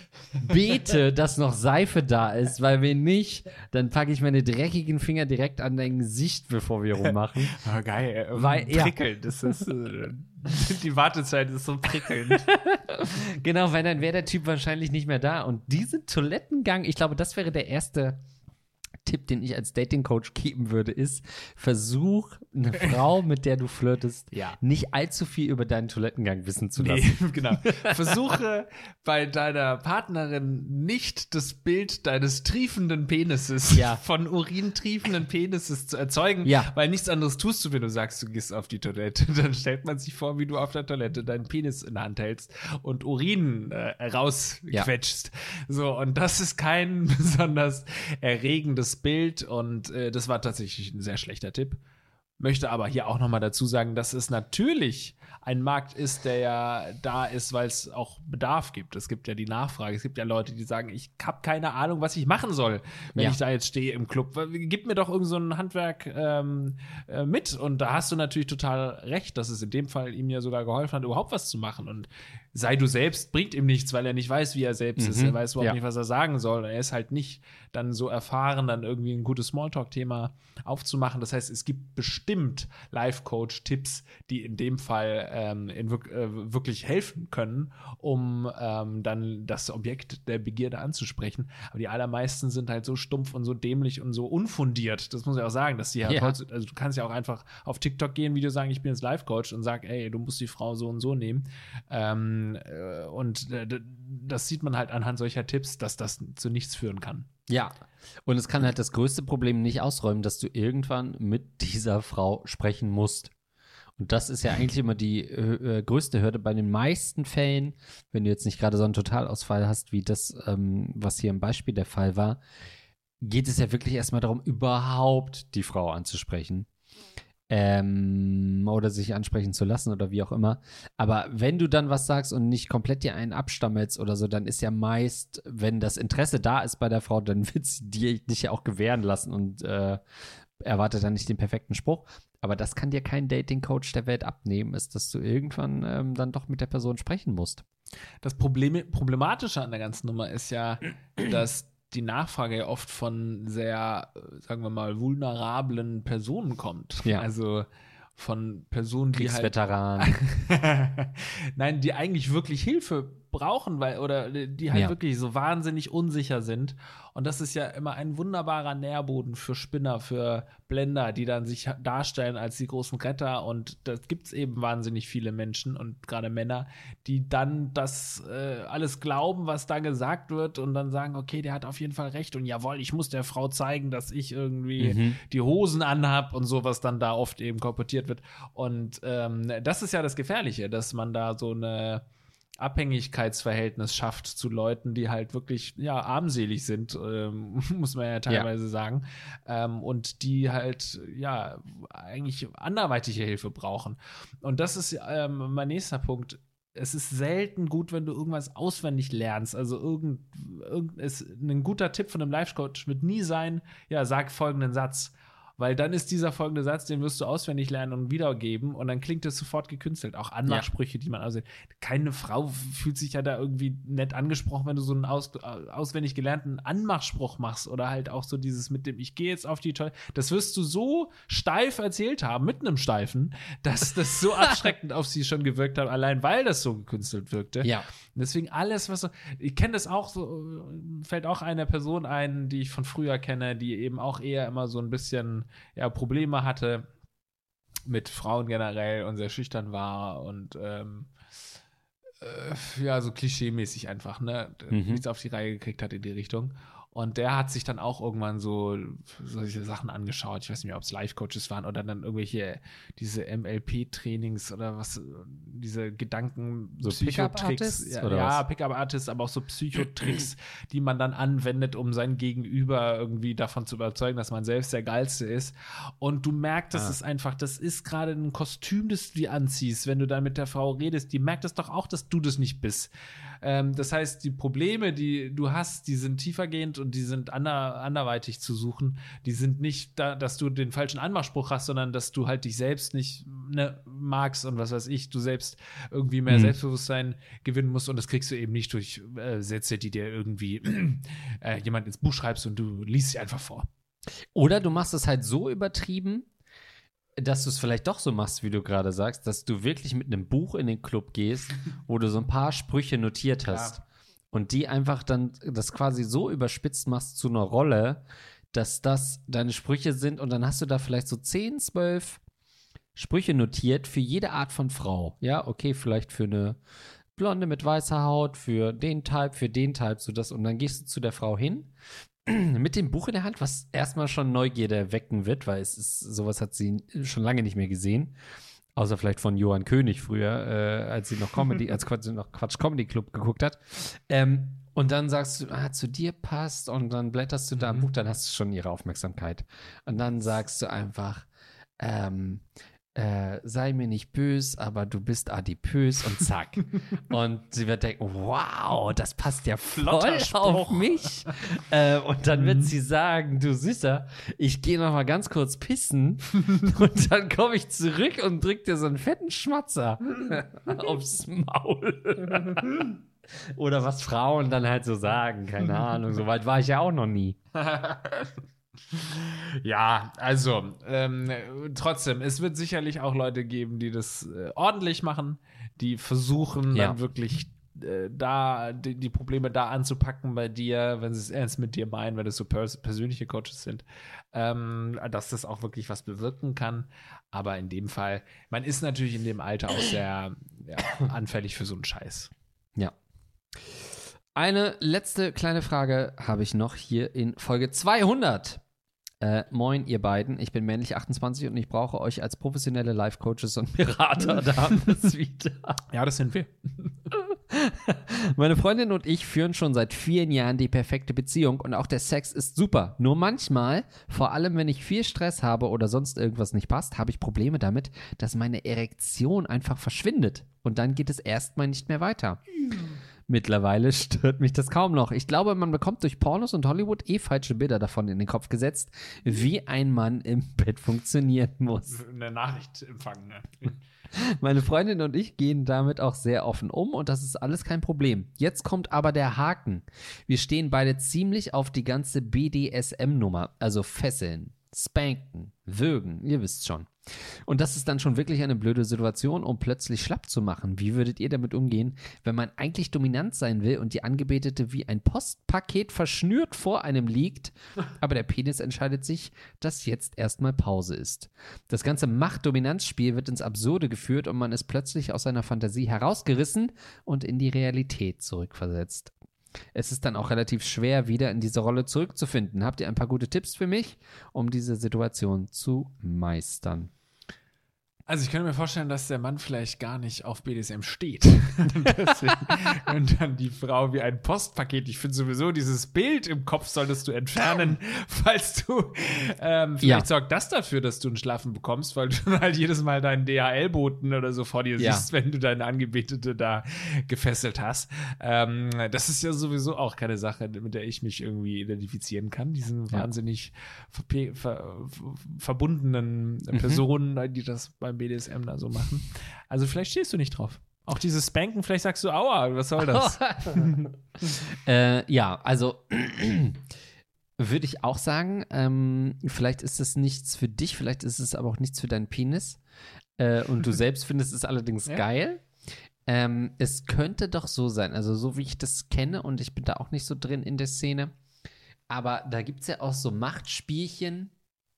Bete, dass noch Seife da ist, weil wenn nicht, dann packe ich meine dreckigen Finger direkt an dein Gesicht, bevor wir rummachen. Oh, geil. Weil- ja. Prickelnd. Das ist, äh, die Wartezeit ist so prickelnd. Genau, weil dann wäre der Typ wahrscheinlich nicht mehr da. Und diesen Toilettengang, ich glaube, das wäre der erste Tipp, den ich als Dating-Coach geben würde, ist, versuch eine Frau, mit der du flirtest, Ja. nicht allzu viel über deinen Toilettengang wissen zu lassen. Nee, genau. Versuche bei deiner Partnerin nicht das Bild deines triefenden Penises, Ja. von Urin triefenden Penises zu erzeugen, Ja. weil nichts anderes tust du, wenn du sagst, du gehst auf die Toilette. Dann stellt man sich vor, wie du auf der Toilette deinen Penis in der Hand hältst und Urin äh, rausquetschst. So, und das ist kein besonders erregendes Bild und äh, das war tatsächlich ein sehr schlechter Tipp. Möchte aber hier auch nochmal dazu sagen, dass es natürlich ein Markt ist, der ja da ist, weil es auch Bedarf gibt. Es gibt ja die Nachfrage. Es gibt ja Leute, die sagen, ich habe keine Ahnung, was ich machen soll, wenn Ja. ich da jetzt stehe im Club. Gib mir doch irgend so ein Handwerk ähm, äh, mit. Und da hast du natürlich total recht, dass es in dem Fall ihm ja sogar geholfen hat, überhaupt was zu machen. Und sei du selbst bringt ihm nichts, weil er nicht weiß, wie er selbst ist. Mhm. Er weiß überhaupt Ja. nicht, was er sagen soll. Er ist halt nicht dann so erfahren, dann irgendwie ein gutes Smalltalk-Thema aufzumachen. Das heißt, es gibt bestimmt Life-Coach-Tipps, die in dem Fall ähm, in wirk äh, wirklich helfen können, um ähm, dann das Objekt der Begierde anzusprechen. Aber die allermeisten sind halt so stumpf und so dämlich und so unfundiert. Das muss ich auch sagen, dass die halt Ja. heutzutage, also du kannst ja auch einfach auf TikTok gehen, Video sagen, ich bin jetzt Life-Coach und sag, ey, du musst die Frau so und so nehmen. Ähm, äh, und äh, d- das sieht man halt anhand solcher Tipps, dass das zu nichts führen kann. Ja. Und es kann halt das größte Problem nicht ausräumen, dass du irgendwann mit dieser Frau sprechen musst. Und das ist ja eigentlich immer die äh, größte Hürde bei den meisten Fällen, wenn du jetzt nicht gerade so einen Totalausfall hast, wie das, ähm, was hier im Beispiel der Fall war, geht es ja wirklich erstmal darum, überhaupt die Frau anzusprechen. Ähm, oder sich ansprechen zu lassen oder wie auch immer. Aber wenn du dann was sagst und nicht komplett dir einen abstammelst oder so, dann ist ja meist, wenn das Interesse da ist bei der Frau, dann wird sie dir dich ja auch gewähren lassen und äh, erwartet dann nicht den perfekten Spruch. Aber das kann dir kein Dating-Coach der Welt abnehmen, ist, dass du irgendwann ähm, dann doch mit der Person sprechen musst. Das Problem, Problematische an der ganzen Nummer ist ja, dass die Nachfrage ja oft von sehr, äh, sagen wir mal, vulnerablen Personen kommt. Ja. Also von Personen, die halt Kriegsveteran. Nein, die eigentlich wirklich Hilfe brauchen, weil, oder die halt Ja. wirklich so wahnsinnig unsicher sind. Und das ist ja immer ein wunderbarer Nährboden für Spinner, für Blender, die dann sich darstellen als die großen Retter. Und das gibt's eben wahnsinnig viele Menschen und gerade Männer, die dann das äh, alles glauben, was da gesagt wird und dann sagen, okay, der hat auf jeden Fall recht und jawohl, ich muss der Frau zeigen, dass ich irgendwie Mhm. die Hosen anhab und so, was dann da oft eben kolportiert wird. Und ähm, das ist ja das Gefährliche, dass man da so eine Abhängigkeitsverhältnis schafft zu Leuten, die halt wirklich, ja, armselig sind, ähm, muss man ja teilweise ja. sagen, ähm, und die halt, ja, eigentlich anderweitige Hilfe brauchen. Und das ist ähm, mein nächster Punkt. Es ist selten gut, wenn du irgendwas auswendig lernst. Also irgend, irgend ist ein guter Tipp von einem Life-Coach wird nie sein, ja, sag folgenden Satz. Weil dann ist dieser folgende Satz, den wirst du auswendig lernen und wiedergeben und dann klingt es sofort gekünstelt. Auch Anmachsprüche, ja. die man aussieht. Keine Frau fühlt sich ja da irgendwie nett angesprochen, wenn du so einen aus, auswendig gelernten Anmachspruch machst oder halt auch so dieses mit dem ich gehe jetzt auf die Toilette. Das wirst du so steif erzählt haben, mit einem Steifen, dass das so abschreckend auf sie schon gewirkt hat, allein weil das so gekünstelt wirkte. Ja. Und deswegen alles, was so, ich kenne das auch so, fällt auch eine Person ein, die ich von früher kenne, die eben auch eher immer so ein bisschen ja, Probleme hatte mit Frauen generell und sehr schüchtern war und ähm, äh, ja, so klischeemäßig einfach, ne, Mhm. nichts auf die Reihe gekriegt hat in die Richtung. Und der hat sich dann auch irgendwann so solche Sachen angeschaut. Ich weiß nicht mehr, ob es Life-Coaches waren oder dann irgendwelche diese M L P-Trainings oder was, diese Gedanken, so Psychotricks. Pickup-Artists Ja, oder ja was? Pickup-Artists, aber auch so Psychotricks, die man dann anwendet, um sein Gegenüber irgendwie davon zu überzeugen, dass man selbst der Geilste ist. Und du merkst, das Ah. ist einfach, das ist gerade ein Kostüm, das du dir anziehst, wenn du dann mit der Frau redest. Die merkt es doch auch, dass du das nicht bist. Ähm, das heißt, die Probleme, die du hast, die sind tiefergehend und die sind ander, anderweitig zu suchen. Die sind nicht da, dass du den falschen Anmachspruch hast, sondern dass du halt dich selbst nicht ne, magst und was weiß ich, du selbst irgendwie mehr Mhm. Selbstbewusstsein gewinnen musst und das kriegst du eben nicht durch äh, Sätze, die dir irgendwie äh, jemand ins Buch schreibst und du liest sie einfach vor. Oder du machst es halt so übertrieben, dass du es vielleicht doch so machst, wie du gerade sagst, dass du wirklich mit einem Buch in den Club gehst, wo du so ein paar Sprüche notiert hast. Ja. Und die einfach dann das quasi so überspitzt machst zu einer Rolle, dass das deine Sprüche sind. Und dann hast du da vielleicht so zehn, zwölf Sprüche notiert für jede Art von Frau. Ja, okay, vielleicht für eine Blonde mit weißer Haut, für den Type, für den Type, so das. Und dann gehst du zu der Frau hin mit dem Buch in der Hand, was erstmal schon Neugierde wecken wird, weil es ist, sowas hat sie schon lange nicht mehr gesehen. Außer vielleicht von Johann König früher, äh, als sie noch Comedy, als Quatsch, noch Quatsch Comedy Club geguckt hat. Ähm, und dann sagst du, ah, zu dir passt, und dann blätterst du da im Buch, dann hast du schon ihre Aufmerksamkeit. Und dann sagst du einfach, ähm, äh, sei mir nicht böse, aber du bist adipös und zack. Und sie wird denken, wow, das passt ja voll Flotter auf Spruch. mich. äh, und dann wird sie sagen, du Süßer, ich gehe noch mal ganz kurz pissen und dann komme ich zurück und drück dir so einen fetten Schmatzer aufs Maul. Oder was Frauen dann halt so sagen, keine Ahnung, so weit war ich ja auch noch nie. Ja, also ähm, trotzdem, es wird sicherlich auch Leute geben, die das äh, ordentlich machen, die versuchen Ja. dann wirklich äh, da die, die Probleme da anzupacken bei dir, wenn sie es ernst mit dir meinen, wenn es so pers persönliche Coaches sind, ähm, dass das auch wirklich was bewirken kann. Aber in dem Fall, man ist natürlich in dem Alter auch sehr ja, anfällig für so einen Scheiß. Ja. Eine letzte kleine Frage habe ich noch hier in Folge zweihundert. Äh, moin, ihr beiden. Ich bin männlich achtundzwanzig und ich brauche euch als professionelle Life-Coaches und Berater. Da haben wir es wieder. Ja, das sind wir. Meine Freundin und ich führen schon seit vielen Jahren die perfekte Beziehung und auch der Sex ist super. Nur manchmal, vor allem wenn ich viel Stress habe oder sonst irgendwas nicht passt, habe ich Probleme damit, dass meine Erektion einfach verschwindet. Und dann geht es erstmal nicht mehr weiter. Mittlerweile stört mich das kaum noch. Ich glaube, man bekommt durch Pornos und Hollywood eh falsche Bilder davon in den Kopf gesetzt, wie ein Mann im Bett funktionieren muss. Eine Nachricht empfangen. Ne? Meine Freundin und ich gehen damit auch sehr offen um und das ist alles kein Problem. Jetzt kommt aber der Haken. Wir stehen beide ziemlich auf die ganze B D S M-Nummer, also Fesseln, Spanken, Würgen, ihr wisst schon. Und das ist dann schon wirklich eine blöde Situation, um plötzlich schlapp zu machen. Wie würdet ihr damit umgehen, wenn man eigentlich dominant sein will und die Angebetete wie ein Postpaket verschnürt vor einem liegt, aber der Penis entscheidet sich, dass jetzt erstmal Pause ist. Das ganze Macht-Dominanz-Spiel wird ins Absurde geführt und man ist plötzlich aus seiner Fantasie herausgerissen und in die Realität zurückversetzt. Es ist dann auch relativ schwer, wieder in diese Rolle zurückzufinden. Habt ihr ein paar gute Tipps für mich, um diese Situation zu meistern? Also ich könnte mir vorstellen, dass der Mann vielleicht gar nicht auf B D S M steht. Deswegen, und dann die Frau wie ein Postpaket. Ich finde sowieso, dieses Bild im Kopf solltest du entfernen, falls du ähm, vielleicht Ja. sorgt das dafür, dass du einen Schlafen bekommst, weil du dann halt jedes Mal deinen D H L-Boten oder so vor dir Ja. siehst, wenn du deine Angebetete da gefesselt hast. Ähm, das ist ja sowieso auch keine Sache, mit der ich mich irgendwie identifizieren kann. Diesen Ja. wahnsinnig verpe- ver ver verbundenen Personen, die das beim B D S M da so machen. Also vielleicht stehst du nicht drauf. Auch dieses Spanken, vielleicht sagst du, aua, was soll das? äh, ja, also würde ich auch sagen, ähm, vielleicht ist es nichts für dich, vielleicht ist es aber auch nichts für deinen Penis. Äh, und du selbst findest es allerdings Ja. geil. Ähm, es könnte doch so sein, also so wie ich das kenne und ich bin da auch nicht so drin in der Szene, aber da gibt es ja auch so Machtspielchen,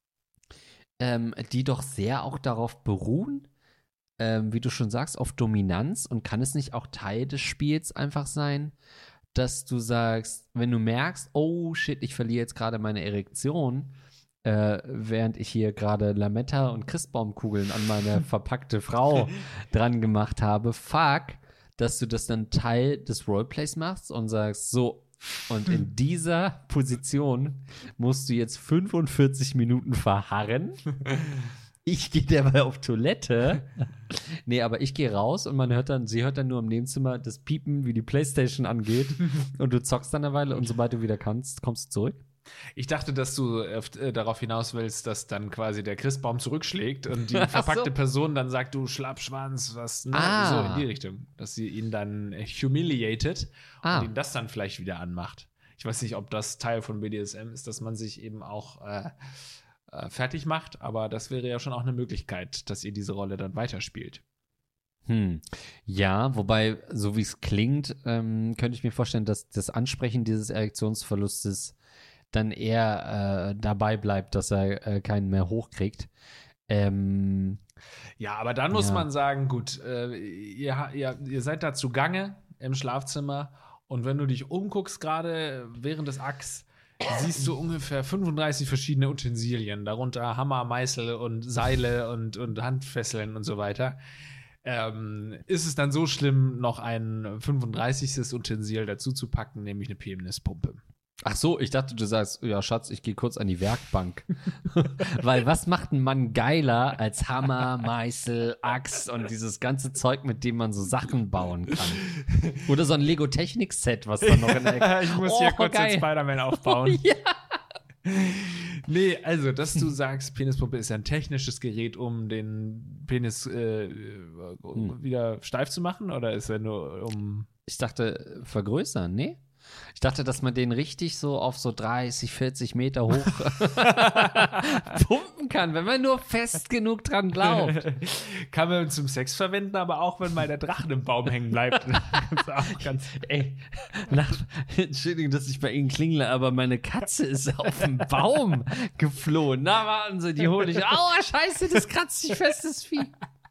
ähm, die doch sehr auch darauf beruhen, ähm, wie du schon sagst, auf Dominanz. Und kann es nicht auch Teil des Spiels einfach sein, dass du sagst, wenn du merkst, oh shit, ich verliere jetzt gerade meine Erektion, äh, während ich hier gerade Lametta und Christbaumkugeln an meine verpackte Frau dran gemacht habe, fuck, dass du das dann Teil des Roleplays machst und sagst, so, und in dieser Position musst du jetzt fünfundvierzig Minuten verharren. Ich gehe dabei auf Toilette. Nee, aber ich gehe raus und man hört dann, sie hört dann nur im Nebenzimmer das Piepen, wie die Playstation angeht. Und du zockst dann eine Weile und sobald du wieder kannst, kommst du zurück. Ich dachte, dass du äh, darauf hinaus willst, dass dann quasi der Christbaum zurückschlägt und die Ach verpackte so. Person dann sagt, du Schlappschwanz, was, ne? Ah. So in die Richtung. Dass sie ihn dann humiliated Ah. und ihn das dann vielleicht wieder anmacht. Ich weiß nicht, ob das Teil von B D S M ist, dass man sich eben auch äh, äh, fertig macht, aber das wäre ja schon auch eine Möglichkeit, dass ihr diese Rolle dann weiterspielt. Hm. Ja, wobei, so wie es klingt, ähm, könnte ich mir vorstellen, dass das Ansprechen dieses Erektionsverlustes dann eher äh, dabei bleibt, dass er äh, keinen mehr hochkriegt. Ähm, Ja, aber dann muss Ja. man sagen, gut, äh, ihr, ha- ihr, ihr seid da zugange im Schlafzimmer und wenn du dich umguckst, gerade während des Acts, siehst du ungefähr fünfunddreißig verschiedene Utensilien, darunter Hammer, Meißel und Seile und, und Handfesseln und so weiter. Ähm, ist es dann so schlimm, noch ein fünfunddreißigstes Utensil dazu zu packen, nämlich eine Penispumpe? Ach so, ich dachte, du sagst, ja, Schatz, ich gehe kurz an die Werkbank. Weil was macht ein Mann geiler als Hammer, Meißel, Axt und dieses ganze Zeug, mit dem man so Sachen bauen kann? Oder so ein Lego-Technik-Set, was dann noch in der Ecke. Ich muss Oh, hier kurz geil. den Spider-Man aufbauen. Ja. Nee, also, dass du sagst, Penispumpe ist ja ein technisches Gerät, um den Penis äh, Hm. wieder steif zu machen? Oder ist er nur um. Ich dachte, vergrößern, nee? Ich dachte, dass man den richtig so auf so dreißig, vierzig Meter hoch pumpen kann, wenn man nur fest genug dran glaubt. Kann man zum Sex verwenden, aber auch wenn mal der Drachen im Baum hängen bleibt. Das ist auch ganz. Ey, nach, Entschuldigung, dass ich bei Ihnen klingle, aber meine Katze ist auf den Baum geflohen. Na, warten Sie, die hole ich. Aua, scheiße, das kratzt sich fest, das Vieh.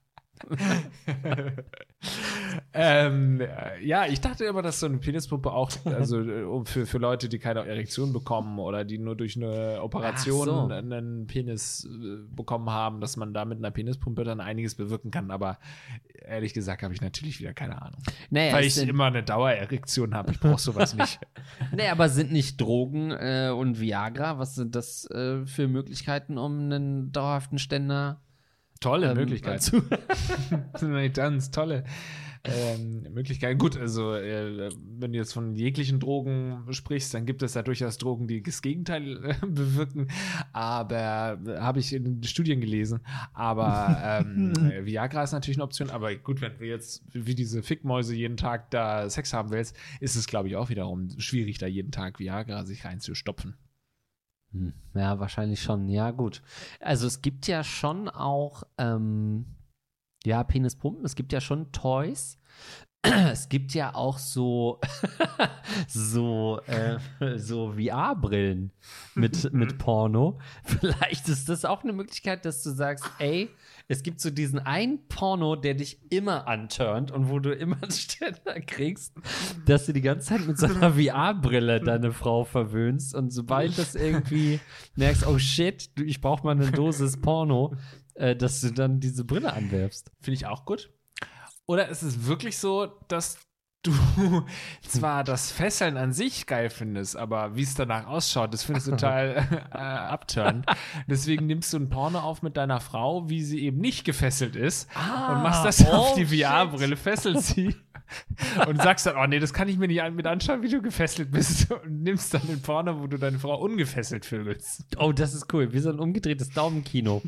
ähm, äh, ja, ich dachte immer, dass so eine Penispumpe auch, also äh, um für, für Leute, die keine Erektion bekommen oder die nur durch eine Operation Ach so. einen Penis äh, bekommen haben, dass man da mit einer Penispumpe dann einiges bewirken kann. Aber ehrlich gesagt habe ich natürlich wieder keine Ahnung. Naja, Weil es ich sind, immer eine Dauererektion habe. Ich brauche sowas nicht. nee, aber sind nicht Drogen äh, und Viagra, was sind das äh, für Möglichkeiten, um einen dauerhaften Ständer Tolle ähm, Möglichkeit. zu Das sind ganz tolle ähm, Möglichkeiten. Gut, also äh, wenn du jetzt von jeglichen Drogen sprichst, dann gibt es da durchaus Drogen, die das Gegenteil äh, bewirken. Aber äh, habe ich in den Studien gelesen. Aber ähm, äh, Viagra ist natürlich eine Option. Aber gut, wenn du jetzt wie diese Fickmäuse jeden Tag da Sex haben willst, ist es, glaube ich, auch wiederum schwierig, da jeden Tag Viagra sich reinzustopfen. Hm, ja, wahrscheinlich schon. Ja, gut. Also es gibt ja schon auch, ähm, ja, Penispumpen. Es gibt ja schon Toys. Es gibt ja auch so, so, äh, so V R-Brillen mit, mit Porno. Vielleicht ist das auch eine Möglichkeit, dass du sagst, ey, es gibt so diesen einen Porno, der dich immer anturnt und wo du immer einen Ständer kriegst, dass du die ganze Zeit mit so einer V R-Brille deine Frau verwöhnst und sobald das irgendwie merkst, oh shit, ich brauch mal eine Dosis Porno, äh, dass du dann diese Brille anwerfst. Finde ich auch gut. Oder ist es wirklich so, dass du zwar das Fesseln an sich geil findest, aber wie es danach ausschaut, das findest du total äh, abturn. Deswegen nimmst du ein Porno auf mit deiner Frau, wie sie eben nicht gefesselt ist Ah, und machst das oh, auf die V R-Brille, fesselst sie und sagst dann, oh nee, das kann ich mir nicht mit anschauen, wie du gefesselt bist und nimmst dann den Porno, wo du deine Frau ungefesselt vögelst. Oh, das ist cool. Wie so ein umgedrehtes Daumenkino.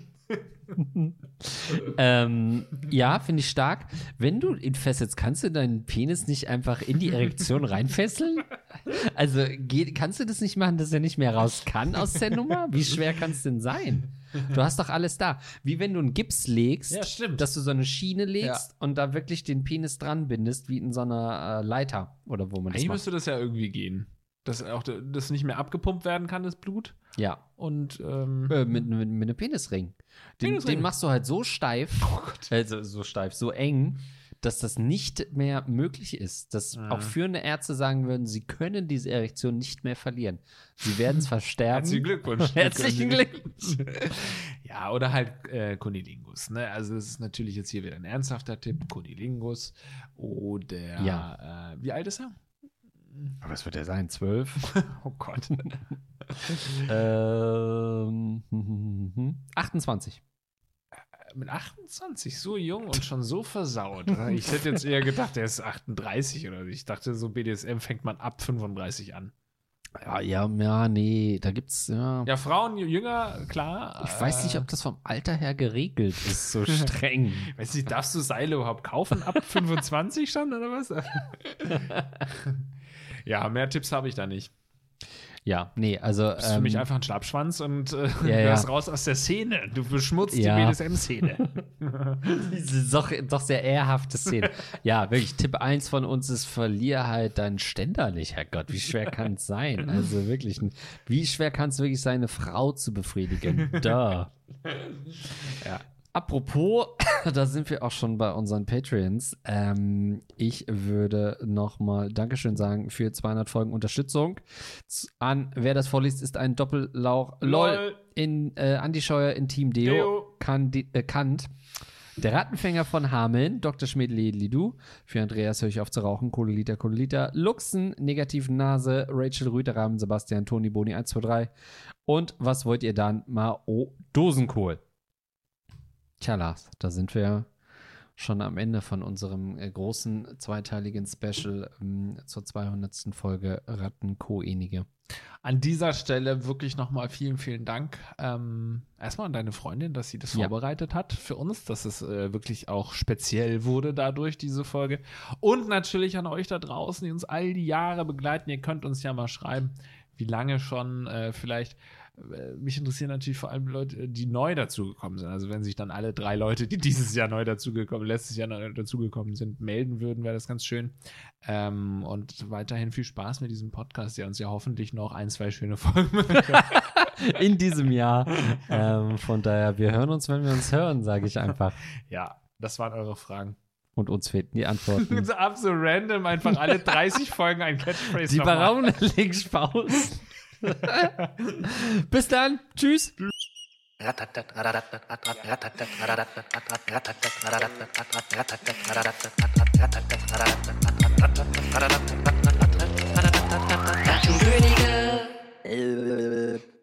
ähm, ja, finde ich stark. Wenn du ihn fesselst, kannst du deinen Penis nicht einfach in die Erektion reinfesseln? Also geht, kannst du das nicht machen, dass er nicht mehr raus kann aus der Nummer? Wie schwer kann es denn sein? Du hast doch alles da. Wie wenn du einen Gips legst, Ja, stimmt. dass du so eine Schiene legst Ja. und da wirklich den Penis dran bindest, wie in so einer äh, Leiter oder wo man das Eigentlich macht. müsste das ja irgendwie gehen. Dass auch das nicht mehr abgepumpt werden kann, das Blut. Ja. Und ähm, Äh, mit, mit, mit einem Penisring. Den, Penisring. den machst du halt so steif, oh Gott. also so steif, so eng, dass das nicht mehr möglich ist. Dass Mhm. auch führende Ärzte sagen würden, sie können diese Erektion nicht mehr verlieren. Sie werden zwar sterben. Herzlichen Glückwunsch. Herzlichen Glückwunsch. Ja, oder halt äh, Kunilingus. Ne? Also das ist natürlich jetzt hier wieder ein ernsthafter Tipp. Kunilingus. Oder Ja. äh, wie alt ist er? Was wird er sein? Zwölf? Oh Gott. ähm, achtundzwanzig. Mit achtundzwanzig, so jung und schon so versaut. Ich hätte jetzt eher gedacht, er ist achtunddreißig oder so. Ich dachte, so B D S M fängt man ab fünfunddreißig an. Ja, ja, ja, nee, da gibt's, ja. Ja, Frauen jünger, klar. Ich weiß nicht, ob das vom Alter her geregelt ist, so streng. Äh, weiß nicht, darfst du Seile überhaupt kaufen ab fünfundzwanzig schon oder was? Ja, mehr Tipps habe ich da nicht. Ja, nee, also. Du bist für ähm, mich einfach ein Schlappschwanz und äh, Ja, gehörst ja. raus aus der Szene. Du beschmutzt Ja. die B D S M-Szene. Diese ist doch, doch sehr ehrhafte Szene. Ja, wirklich, Tipp eins von uns ist, verlier halt deinen Ständer nicht, Herrgott. Wie schwer kann es sein? Also wirklich, wie schwer kann es wirklich sein, eine Frau zu befriedigen? Da. Ja. Apropos, da sind wir auch schon bei unseren Patreons. Ähm, ich würde nochmal Dankeschön sagen für zweihundert Folgen Unterstützung. Z- An, wer das vorliest, ist ein Doppellauch. LOL. Lol. In äh, Andi Scheuer in Team Deo. Deo. Kandi, äh, Kant. Der Rattenfänger von Hameln, Doktor Schmidli Lidu. Für Andreas höre ich auf zu rauchen. Kohleliter, Kohleliter. Luxen, negativen Nase. Rachel Rüterahmen, Sebastian, Toni, Boni eins zwei drei. Und was wollt ihr dann? Mao Dosenkohl. Tja, Lars, da sind wir schon am Ende von unserem äh, großen zweiteiligen Special ähm, zur zweihundertsten Folge Rattenkoenige. An dieser Stelle wirklich nochmal vielen, vielen Dank. Ähm, erstmal an deine Freundin, dass sie das Ja. vorbereitet hat für uns, dass es äh, wirklich auch speziell wurde dadurch, diese Folge. Und natürlich an euch da draußen, die uns all die Jahre begleiten. Ihr könnt uns ja mal schreiben, wie lange schon äh, vielleicht. Mich interessieren natürlich vor allem Leute, die neu dazugekommen sind. Also wenn sich dann alle drei Leute, die dieses Jahr neu dazugekommen, letztes Jahr neu dazugekommen sind, melden würden, wäre das ganz schön. Ähm, und weiterhin viel Spaß mit diesem Podcast, der uns ja hoffentlich noch ein, zwei schöne Folgen In diesem Jahr. ähm, von daher, wir hören uns, wenn wir uns hören, sage ich einfach. Ja, das waren eure Fragen. Und uns fehlten die Antworten. So absolut random, einfach alle dreißig Folgen ein Catchphrase. Die nochmal. Baraune links Pause. Bis dann. Tschüss. Ratatat, ratatat, ratatat, ratatat, ratatat, ratatat, ratatat, ratatat, ratatat, ratatat, ratatat, ratatat, ratatat, ratatat,